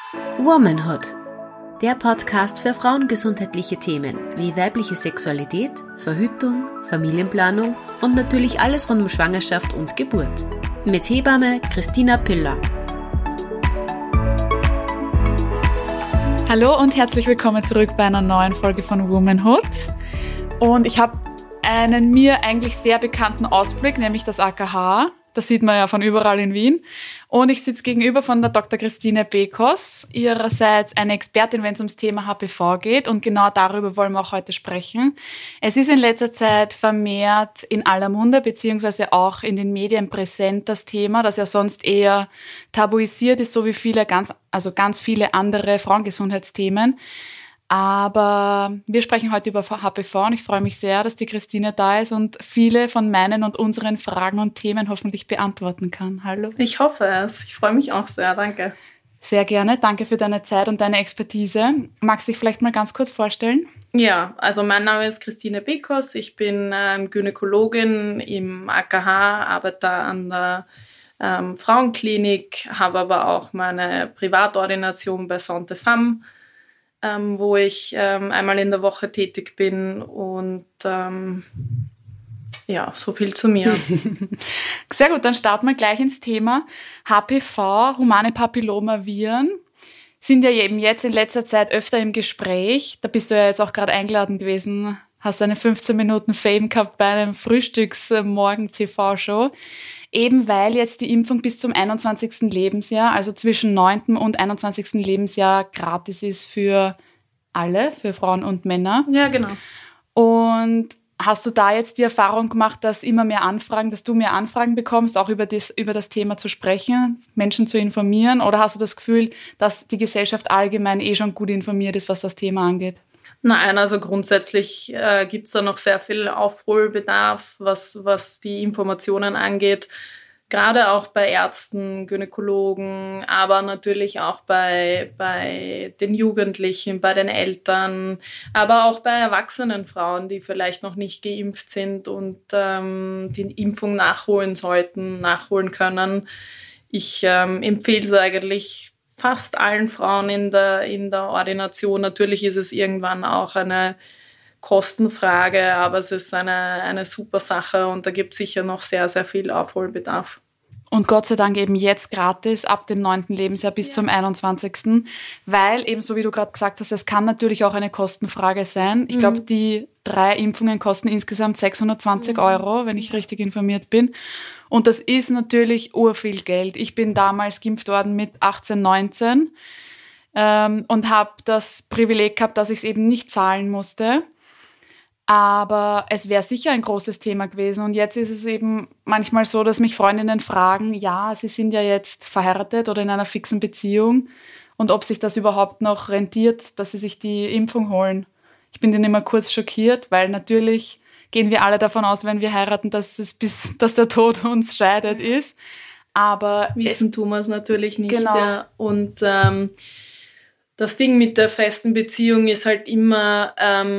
Womanhood, der Podcast für frauengesundheitliche Themen wie weibliche Sexualität, Verhütung, Familienplanung und natürlich alles rund um Schwangerschaft und Geburt. Mit Hebamme Christina Piller. Hallo und herzlich willkommen zurück bei einer neuen Folge von Womanhood. Und ich habe einen mir eigentlich sehr bekannten Ausblick, nämlich das AKH. Das sieht man ja von überall in Wien. Und ich sitze gegenüber von der Dr. Christine Bekos, ihrerseits eine Expertin, wenn es ums Thema HPV geht. Und genau darüber wollen wir auch heute sprechen. Es ist in letzter Zeit vermehrt in aller Munde, beziehungsweise auch in den Medien präsent, das Thema, das ja sonst eher tabuisiert ist, so wie ganz viele andere Frauengesundheitsthemen. Aber wir sprechen heute über HPV und ich freue mich sehr, dass die Christine da ist und viele von meinen und unseren Fragen und Themen hoffentlich beantworten kann. Hallo. Ich hoffe es. Ich freue mich auch sehr. Danke. Sehr gerne. Danke für deine Zeit und deine Expertise. Magst du dich vielleicht mal ganz kurz vorstellen? Ja, also mein Name ist Christine Bekos. Ich bin Gynäkologin im AKH, arbeite an der Frauenklinik, habe aber auch meine Privatordination bei Santé Femme, wo ich einmal in der Woche tätig bin und so viel zu mir. Sehr gut, dann starten wir gleich ins Thema. HPV, humane Papillomaviren, sind ja eben jetzt in letzter Zeit öfter im Gespräch. Da bist du ja jetzt auch gerade eingeladen gewesen, hast eine 15 Minuten Fame gehabt bei einem Frühstücksmorgen-TV-Show. Eben weil jetzt die Impfung bis zum 21. Lebensjahr, also zwischen 9. und 21. Lebensjahr gratis ist für alle, für Frauen und Männer. Ja, genau. Und hast du da jetzt die Erfahrung gemacht, dass du mehr Anfragen bekommst, auch über das Thema zu sprechen, Menschen zu informieren? Oder hast du das Gefühl, dass die Gesellschaft allgemein schon gut informiert ist, was das Thema angeht? Nein, also grundsätzlich gibt es da noch sehr viel Aufholbedarf, was die Informationen angeht. Gerade auch bei Ärzten, Gynäkologen, aber natürlich auch bei den Jugendlichen, bei den Eltern, aber auch bei erwachsenen Frauen, die vielleicht noch nicht geimpft sind und die Impfung nachholen können. Ich empfehle es eigentlich fast allen Frauen in der Ordination. Natürlich ist es irgendwann auch eine Kostenfrage, aber es ist eine super Sache und da gibt es sicher noch sehr, sehr viel Aufholbedarf. Und Gott sei Dank eben jetzt gratis ab dem 9. Lebensjahr bis zum 21. Weil eben, so wie du gerade gesagt hast, es kann natürlich auch eine Kostenfrage sein. Ich glaube, die 3 Impfungen kosten insgesamt 620 €, wenn ich richtig informiert bin. Und das ist natürlich urviel Geld. Ich bin damals geimpft worden mit 18, 19 und habe das Privileg gehabt, dass ich es eben nicht zahlen musste. Aber es wäre sicher ein großes Thema gewesen. Und jetzt ist es eben manchmal so, dass mich Freundinnen fragen, ja, sie sind ja jetzt verheiratet oder in einer fixen Beziehung und ob sich das überhaupt noch rentiert, dass sie sich die Impfung holen. Ich bin dann immer kurz schockiert, weil natürlich gehen wir alle davon aus, wenn wir heiraten, dass dass der Tod uns scheidet ist. Aber wissen tun wir es natürlich nicht. Genau. Ja. Und das Ding mit der festen Beziehung ist halt immer,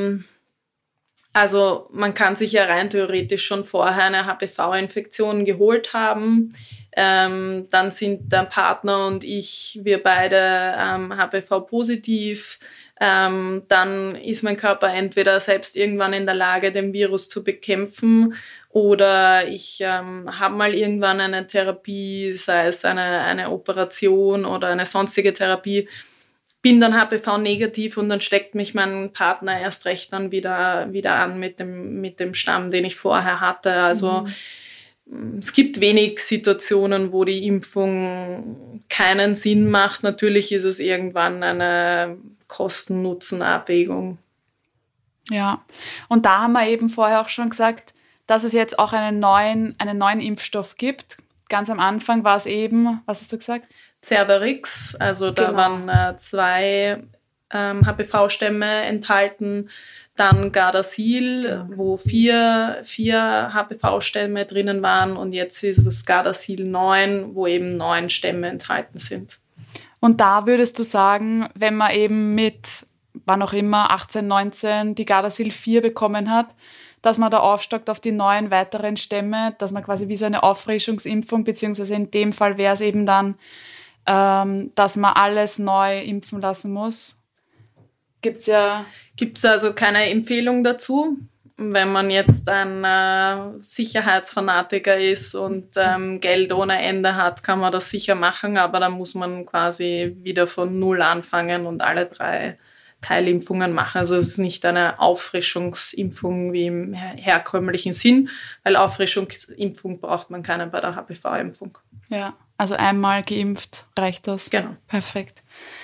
also man kann sich ja rein theoretisch schon vorher eine HPV-Infektion geholt haben. Dann sind der Partner und wir beide HPV-positiv. Dann ist mein Körper entweder selbst irgendwann in der Lage, den Virus zu bekämpfen, oder ich habe mal irgendwann eine Therapie, sei es eine Operation oder eine sonstige Therapie, bin dann HPV-negativ und dann steckt mich mein Partner erst recht dann wieder an mit dem Stamm, den ich vorher hatte. Also es gibt wenig Situationen, wo die Impfung keinen Sinn macht. Natürlich ist es irgendwann eine Kosten-Nutzen-Abwägung. Ja, und da haben wir eben vorher auch schon gesagt, dass es jetzt auch einen neuen Impfstoff gibt. Ganz am Anfang war es eben, was hast du gesagt? Cervarix, also da waren 2 HPV-Stämme enthalten, dann Gardasil, wo 4 HPV-Stämme drinnen waren und jetzt ist es Gardasil 9, wo eben 9 Stämme enthalten sind. Und da würdest du sagen, wenn man eben mit, wann auch immer, 18, 19 die Gardasil 4 bekommen hat, dass man da aufstockt auf die 9 weiteren Stämme, dass man quasi wie so eine Auffrischungsimpfung, beziehungsweise in dem Fall wäre es eben dann dass man alles neu impfen lassen muss? Gibt es also keine Empfehlung dazu. Wenn man jetzt ein Sicherheitsfanatiker ist und Geld ohne Ende hat, kann man das sicher machen, aber dann muss man quasi wieder von Null anfangen und alle 3 Teilimpfungen machen. Also es ist nicht eine Auffrischungsimpfung wie im herkömmlichen Sinn, weil Auffrischungsimpfung braucht man keine bei der HPV-Impfung. Ja, also einmal geimpft reicht das. Genau. Perfekt.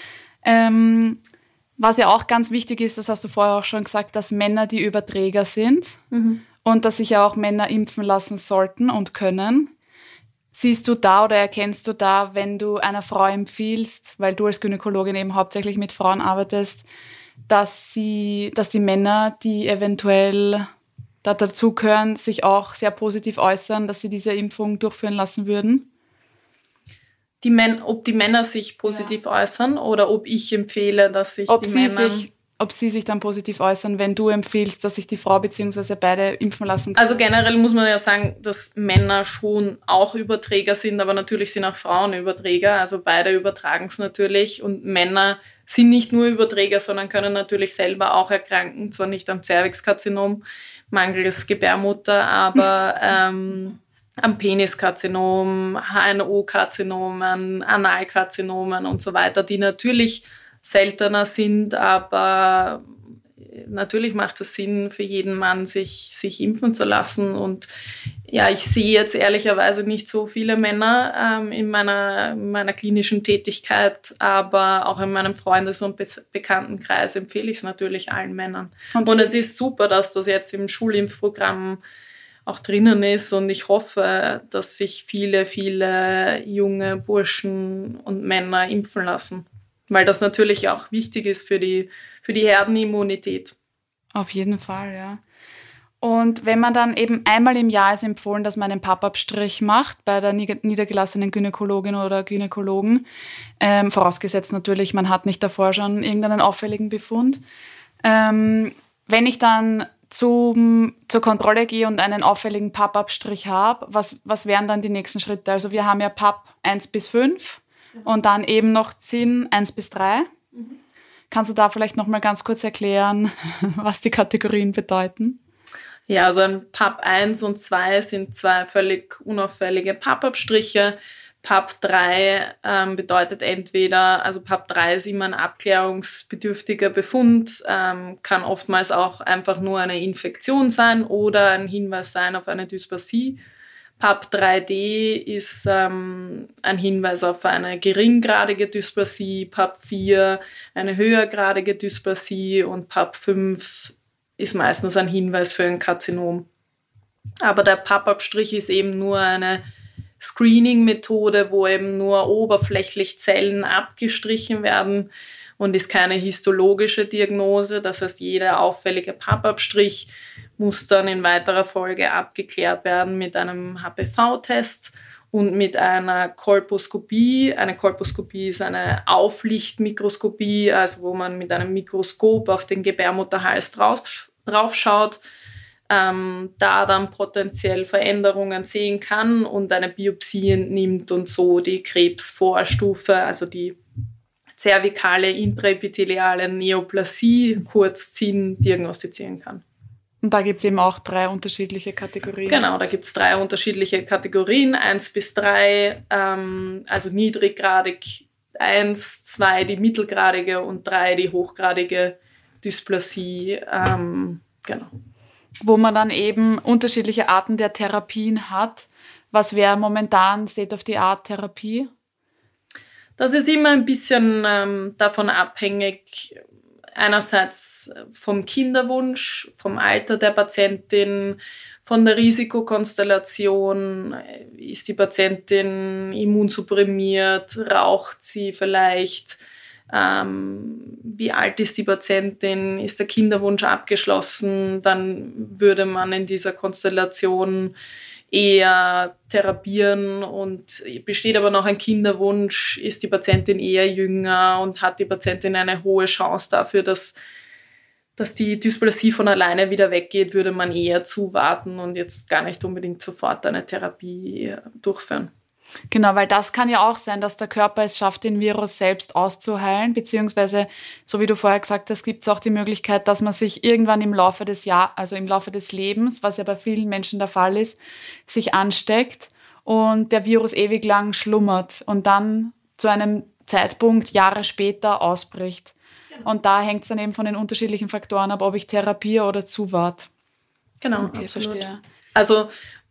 Was ja auch ganz wichtig ist, das hast du vorher auch schon gesagt, dass Männer die Überträger sind und dass sich ja auch Männer impfen lassen sollten und können. Siehst du da oder erkennst du da, wenn du einer Frau empfiehlst, weil du als Gynäkologin eben hauptsächlich mit Frauen arbeitest, dass die Männer, die eventuell da dazugehören, sich auch sehr positiv äußern, dass sie diese Impfung durchführen lassen würden? Ob die Männer sich positiv äußern oder ob ich empfehle, dass sich die Männer... Ob sie sich dann positiv äußern, wenn du empfiehlst, dass sich die Frau bzw. beide impfen lassen können? Also generell muss man ja sagen, dass Männer schon auch Überträger sind, aber natürlich sind auch Frauen Überträger. Also beide übertragen es natürlich. Und Männer sind nicht nur Überträger, sondern können natürlich selber auch erkranken. Zwar nicht am Zervixkarzinom, mangels Gebärmutter, aber... am Peniskarzinom, HNO-Karzinomen, Analkarzinomen und so weiter, die natürlich seltener sind, aber natürlich macht es Sinn für jeden Mann, sich impfen zu lassen. Und ja, ich sehe jetzt ehrlicherweise nicht so viele Männer in meiner klinischen Tätigkeit, aber auch in meinem Freundes- und Bekanntenkreis empfehle ich es natürlich allen Männern. Und es ist super, dass das jetzt im Schulimpfprogramm auch drinnen ist und ich hoffe, dass sich viele, viele junge Burschen und Männer impfen lassen, weil das natürlich auch wichtig ist für die Herdenimmunität. Auf jeden Fall, ja. Und wenn man dann eben einmal im Jahr ist empfohlen, dass man einen Pappabstrich macht bei der niedergelassenen Gynäkologin oder Gynäkologen, vorausgesetzt natürlich, man hat nicht davor schon irgendeinen auffälligen Befund. Wenn ich dann zur Kontrolle gehe und einen auffälligen Pappabstrich habe, was wären dann die nächsten Schritte? Also wir haben ja Papp 1 bis 5 und dann eben noch ZIN 1 bis 3. Kannst du da vielleicht nochmal ganz kurz erklären, was die Kategorien bedeuten? Ja, also ein Papp 1 und 2 sind 2 völlig unauffällige Pappabstriche. Papp 3 bedeutet entweder, also Papp 3 ist immer ein abklärungsbedürftiger Befund, kann oftmals auch einfach nur eine Infektion sein oder ein Hinweis sein auf eine Dysplasie. Papp 3D ist ein Hinweis auf eine geringgradige Dysplasie, Papp 4 eine höhergradige Dysplasie und Papp 5 ist meistens ein Hinweis für ein Karzinom. Aber der Pappabstrich ist eben nur eine Screening-Methode, wo eben nur oberflächlich Zellen abgestrichen werden und ist keine histologische Diagnose. Das heißt, jeder auffällige Pappabstrich muss dann in weiterer Folge abgeklärt werden mit einem HPV-Test und mit einer Kolposkopie. Eine Kolposkopie ist eine Auflichtmikroskopie, also wo man mit einem Mikroskop auf den Gebärmutterhals draufschaut, da dann potenziell Veränderungen sehen kann und eine Biopsie entnimmt und so die Krebsvorstufe, also die zervikale intraepitheliale Neoplasie, kurz ZIN, diagnostizieren kann. Und da gibt es eben auch 3 unterschiedliche Kategorien. Genau, da gibt es 3 unterschiedliche Kategorien, 1 bis 3, also niedriggradig 1, 2 die mittelgradige und 3 die hochgradige Dysplasie. Genau. Wo man dann eben unterschiedliche Arten der Therapien hat. Was wäre momentan State-of-the-Art-Therapie? Das ist immer ein bisschen davon abhängig, einerseits vom Kinderwunsch, vom Alter der Patientin, von der Risikokonstellation. Ist die Patientin immunsupprimiert? Raucht sie vielleicht? Wie alt ist die Patientin? Ist der Kinderwunsch abgeschlossen? Dann würde man in dieser Konstellation eher therapieren und besteht aber noch ein Kinderwunsch, ist die Patientin eher jünger und hat die Patientin eine hohe Chance dafür, dass die Dysplasie von alleine wieder weggeht, würde man eher zuwarten und jetzt gar nicht unbedingt sofort eine Therapie durchführen. Genau, weil das kann ja auch sein, dass der Körper es schafft, den Virus selbst auszuheilen, beziehungsweise, so wie du vorher gesagt hast, gibt es auch die Möglichkeit, dass man sich irgendwann im Laufe des Lebens, was ja bei vielen Menschen der Fall ist, sich ansteckt und der Virus ewig lang schlummert und dann zu einem Zeitpunkt Jahre später ausbricht. Genau. Und da hängt es dann eben von den unterschiedlichen Faktoren ab, ob ich therapiere oder zuwarte. Genau, okay, absolut. Verstehe. Also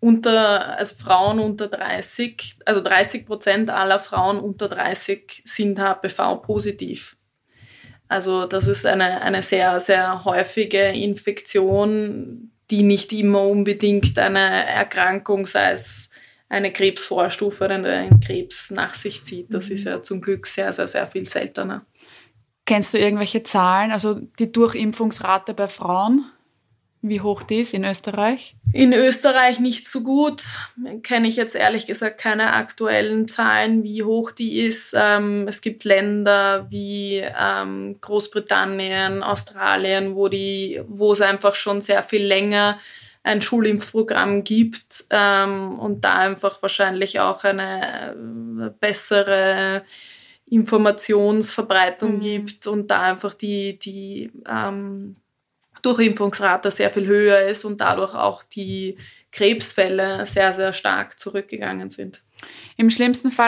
Frauen unter 30, also 30% aller Frauen unter 30 sind HPV-positiv. Also das ist eine sehr, sehr häufige Infektion, die nicht immer unbedingt eine Erkrankung, sei es eine Krebsvorstufe oder einen Krebs nach sich zieht. Das ist ja zum Glück sehr, sehr, sehr viel seltener. Kennst du irgendwelche Zahlen, also die Durchimpfungsrate bei Frauen? Wie hoch die ist in Österreich? In Österreich nicht so gut. Kenne ich jetzt ehrlich gesagt keine aktuellen Zahlen, wie hoch die ist. Es gibt Länder wie Großbritannien, Australien, wo es einfach schon sehr viel länger ein Schulimpfprogramm gibt und da einfach wahrscheinlich auch eine bessere Informationsverbreitung gibt und da einfach die Durchimpfungsrate sehr viel höher ist und dadurch auch die Krebsfälle sehr, sehr stark zurückgegangen sind. Im Fall,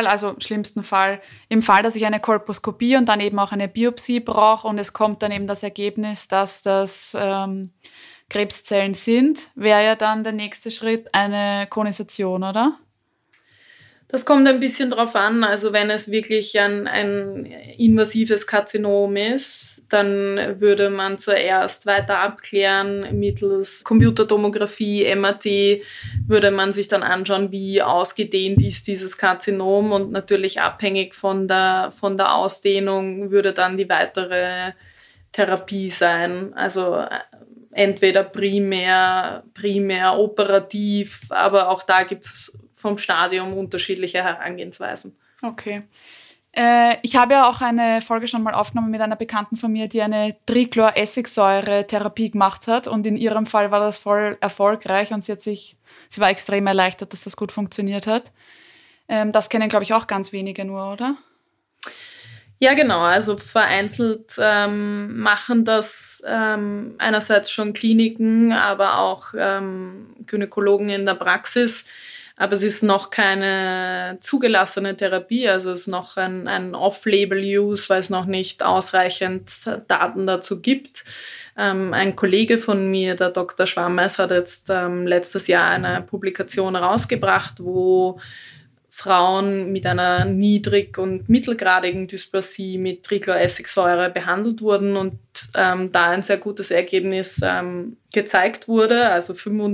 dass ich eine Kolposkopie und dann eben auch eine Biopsie brauche und es kommt dann eben das Ergebnis, dass das Krebszellen sind, wäre ja dann der nächste Schritt eine Konisation, oder? Das kommt ein bisschen drauf an. Also wenn es wirklich ein invasives Karzinom ist, dann würde man zuerst weiter abklären mittels Computertomographie, MRT, würde man sich dann anschauen, wie ausgedehnt ist dieses Karzinom und natürlich abhängig von der Ausdehnung würde dann die weitere Therapie sein. Also entweder primär operativ, aber auch da gibt es vom Stadium unterschiedliche Herangehensweisen. Okay. Ich habe ja auch eine Folge schon mal aufgenommen mit einer Bekannten von mir, die eine Trichlor-Essigsäure-Therapie gemacht hat und in ihrem Fall war das voll erfolgreich und sie war extrem erleichtert, dass das gut funktioniert hat. Das kennen, glaube ich, auch ganz wenige nur, oder? Ja, genau. Also vereinzelt machen das einerseits schon Kliniken, aber auch Gynäkologen in der Praxis. Aber es ist noch keine zugelassene Therapie, also es ist noch ein Off-Label-Use, weil es noch nicht ausreichend Daten dazu gibt. Ein Kollege von mir, der Dr. Schwammes, hat jetzt letztes Jahr eine Publikation rausgebracht, wo Frauen mit einer niedrig- und mittelgradigen Dysplasie mit Trichlor-Essigsäure behandelt wurden und da ein sehr gutes Ergebnis gezeigt wurde, also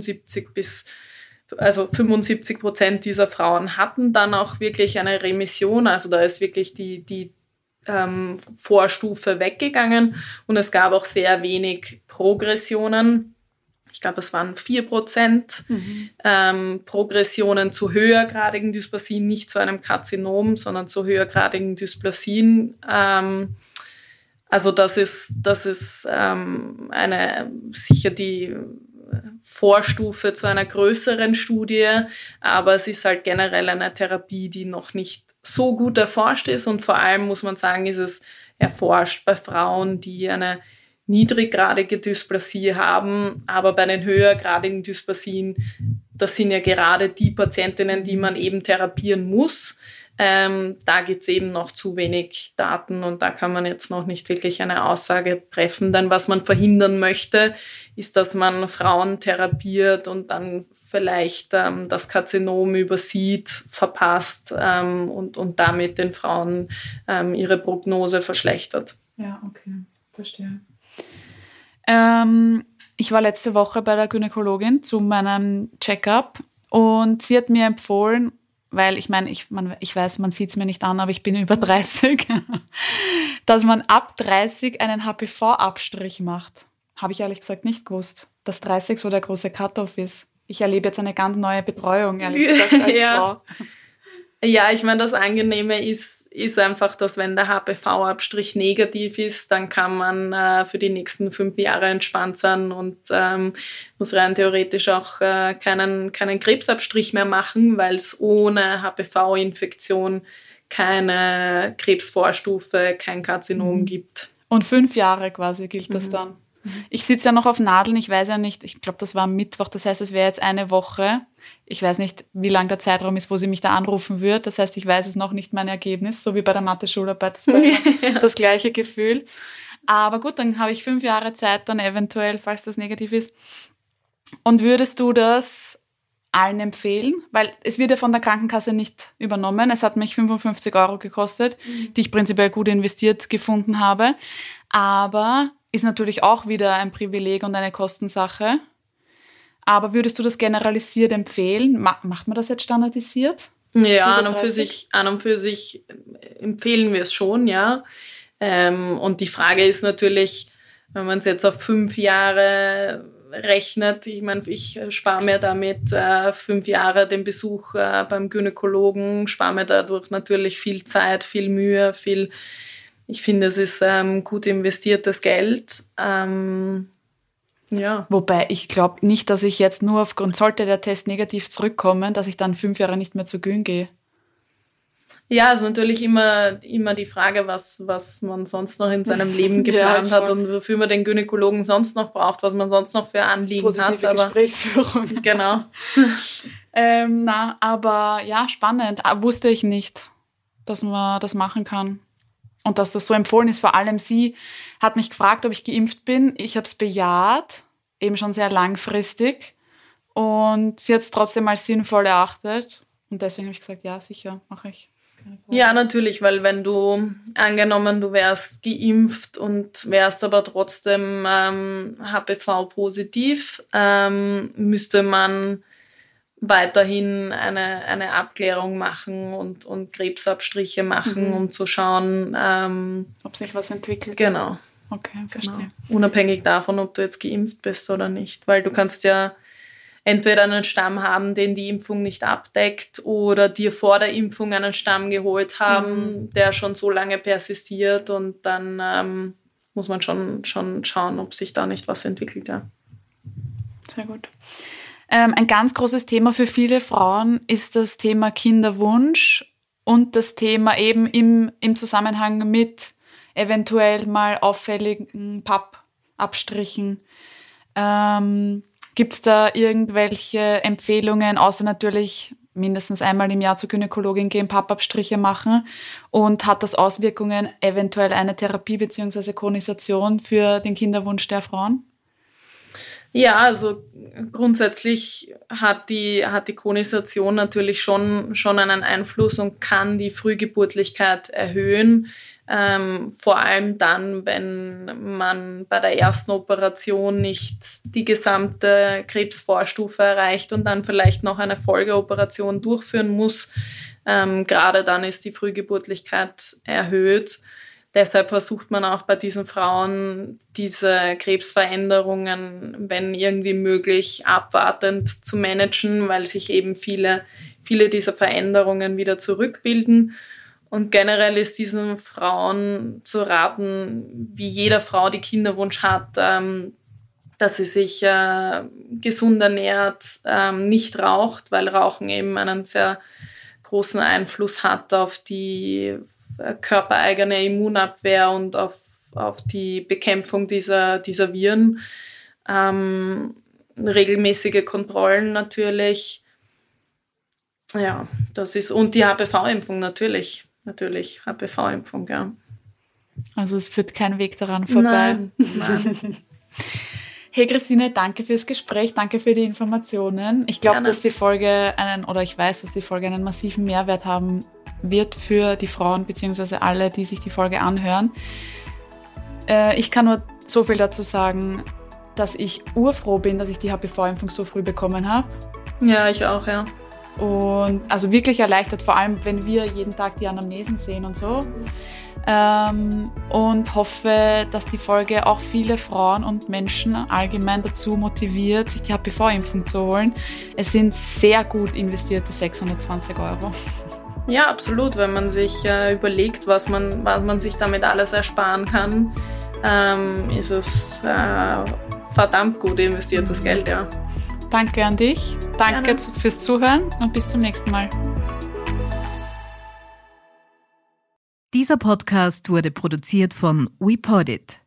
75% dieser Frauen hatten dann auch wirklich eine Remission, also da ist wirklich die Vorstufe weggegangen und es gab auch sehr wenig Progressionen. Ich glaube, es waren 4% Progressionen zu höhergradigen Dysplasien, nicht zu einem Karzinom, sondern zu höhergradigen Dysplasien. Also das ist sicher die Vorstufe zu einer größeren Studie, aber es ist halt generell eine Therapie, die noch nicht so gut erforscht ist und vor allem muss man sagen, ist es erforscht bei Frauen, die eine niedriggradige Dysplasie haben, aber bei den höhergradigen Dysplasien, das sind ja gerade die Patientinnen, die man eben therapieren muss. Da gibt es eben noch zu wenig Daten und da kann man jetzt noch nicht wirklich eine Aussage treffen. Denn was man verhindern möchte, ist, dass man Frauen therapiert und dann vielleicht das Karzinom übersieht, verpasst und damit den Frauen ihre Prognose verschlechtert. Ja, okay, verstehe. Ich war letzte Woche bei der Gynäkologin zu meinem Check-up und sie hat mir empfohlen, weil ich weiß, man sieht es mir nicht an, aber ich bin über 30, dass man ab 30 einen HPV-Abstrich macht. Habe ich ehrlich gesagt nicht gewusst, dass 30 so der große Cut-off ist. Ich erlebe jetzt eine ganz neue Betreuung, ehrlich gesagt, als Frau. Ja, ich meine, das Angenehme ist ist einfach, dass wenn der HPV-Abstrich negativ ist, dann kann man für die nächsten 5 Jahre entspannt sein und muss rein theoretisch auch keinen Krebsabstrich mehr machen, weil es ohne HPV-Infektion keine Krebsvorstufe, kein Karzinom gibt. Und 5 Jahre quasi gilt das dann. Ich sitze ja noch auf Nadeln, ich weiß ja nicht, ich glaube, das war am Mittwoch, das heißt, es wäre jetzt eine Woche. Ich weiß nicht, wie lang der Zeitraum ist, wo sie mich da anrufen wird. Das heißt, ich weiß es noch nicht, mein Ergebnis, so wie bei der Mathe-Schularbeit. Das war immer das gleiche Gefühl. Aber gut, dann habe ich 5 Jahre Zeit dann eventuell, falls das negativ ist. Und würdest du das allen empfehlen? Weil es wird ja von der Krankenkasse nicht übernommen. Es hat mich 55 € gekostet, die ich prinzipiell gut investiert gefunden habe. Aber ist natürlich auch wieder ein Privileg und eine Kostensache. Aber würdest du das generalisiert empfehlen? Macht man das jetzt standardisiert? Ja, an und für sich empfehlen wir es schon, ja. Und die Frage ist natürlich, wenn man es jetzt auf 5 Jahre rechnet, ich meine, ich spare mir damit 5 Jahre den Besuch beim Gynäkologen, spare mir dadurch natürlich viel Zeit, viel Mühe, ich finde, es ist gut investiertes Geld. Ja. Wobei ich glaube nicht, dass ich jetzt nur aufgrund, sollte der Test negativ zurückkommen, dass ich dann 5 Jahre nicht mehr zu Gyn gehe. Ja, also natürlich immer die Frage, was man sonst noch in seinem Leben geplant hat und wofür man den Gynäkologen sonst noch braucht, was man sonst noch für Anliegen Positive hat. Gesprächsführung. Genau. Aber ja, spannend. Wusste ich nicht, dass man das machen kann. Und dass das so empfohlen ist. Vor allem sie hat mich gefragt, ob ich geimpft bin. Ich habe es bejaht, eben schon sehr langfristig. Und sie hat es trotzdem als sinnvoll erachtet. Und deswegen habe ich gesagt, ja, sicher, mache ich. Ja, natürlich, weil wenn du, angenommen, du wärst geimpft und wärst aber trotzdem HPV-positiv, müsste man weiterhin eine Abklärung machen und Krebsabstriche machen, um zu schauen, ob sich was entwickelt. Genau. Okay, verstehe. Genau. Unabhängig davon, ob du jetzt geimpft bist oder nicht. Weil du kannst ja entweder einen Stamm haben, den die Impfung nicht abdeckt, oder dir vor der Impfung einen Stamm geholt haben, der schon so lange persistiert, und dann muss man schon schauen, ob sich da nicht was entwickelt. Ja. Sehr gut. Ein ganz großes Thema für viele Frauen ist das Thema Kinderwunsch und das Thema eben im Zusammenhang mit eventuell mal auffälligen Pappabstrichen. Gibt es da irgendwelche Empfehlungen, außer natürlich mindestens einmal im Jahr zur Gynäkologin gehen, Pappabstriche machen? Und hat das Auswirkungen, eventuell eine Therapie bzw. Konisation für den Kinderwunsch der Frauen? Ja, also grundsätzlich hat die Konisation natürlich schon einen Einfluss und kann die Frühgeburtlichkeit erhöhen. Vor allem dann, wenn man bei der ersten Operation nicht die gesamte Krebsvorstufe erreicht und dann vielleicht noch eine Folgeoperation durchführen muss. Gerade dann ist die Frühgeburtlichkeit erhöht. Deshalb versucht man auch bei diesen Frauen, diese Krebsveränderungen, wenn irgendwie möglich, abwartend zu managen, weil sich eben viele dieser Veränderungen wieder zurückbilden. Und generell ist diesen Frauen zu raten, wie jeder Frau, die Kinderwunsch hat, dass sie sich gesund ernährt, nicht raucht, weil Rauchen eben einen sehr großen Einfluss hat auf die körpereigene Immunabwehr und auf die Bekämpfung dieser Viren. Regelmäßige Kontrollen natürlich. Ja, das ist, und die HPV-Impfung natürlich, HPV-Impfung, ja. Also es führt kein Weg daran vorbei. Nein. Hey Christine, danke fürs Gespräch, danke für die Informationen. Ich glaube, dass ich weiß, dass die Folge einen massiven Mehrwert haben wird für die Frauen bzw. alle, die sich die Folge anhören. Ich kann nur so viel dazu sagen, dass ich urfroh bin, dass ich die HPV-Impfung so früh bekommen habe. Ja, ich auch, ja. Und also wirklich erleichtert, vor allem wenn wir jeden Tag die Anamnesen sehen und so. Und hoffe, dass die Folge auch viele Frauen und Menschen allgemein dazu motiviert, sich die HPV-Impfung zu holen. Es sind sehr gut investierte 620 €. Ja, absolut. Wenn man sich überlegt, was man sich damit alles ersparen kann, ist es verdammt gut investiertes Geld, ja. Danke an dich. Danke fürs Zuhören und bis zum nächsten Mal. Dieser Podcast wurde produziert von WePodit.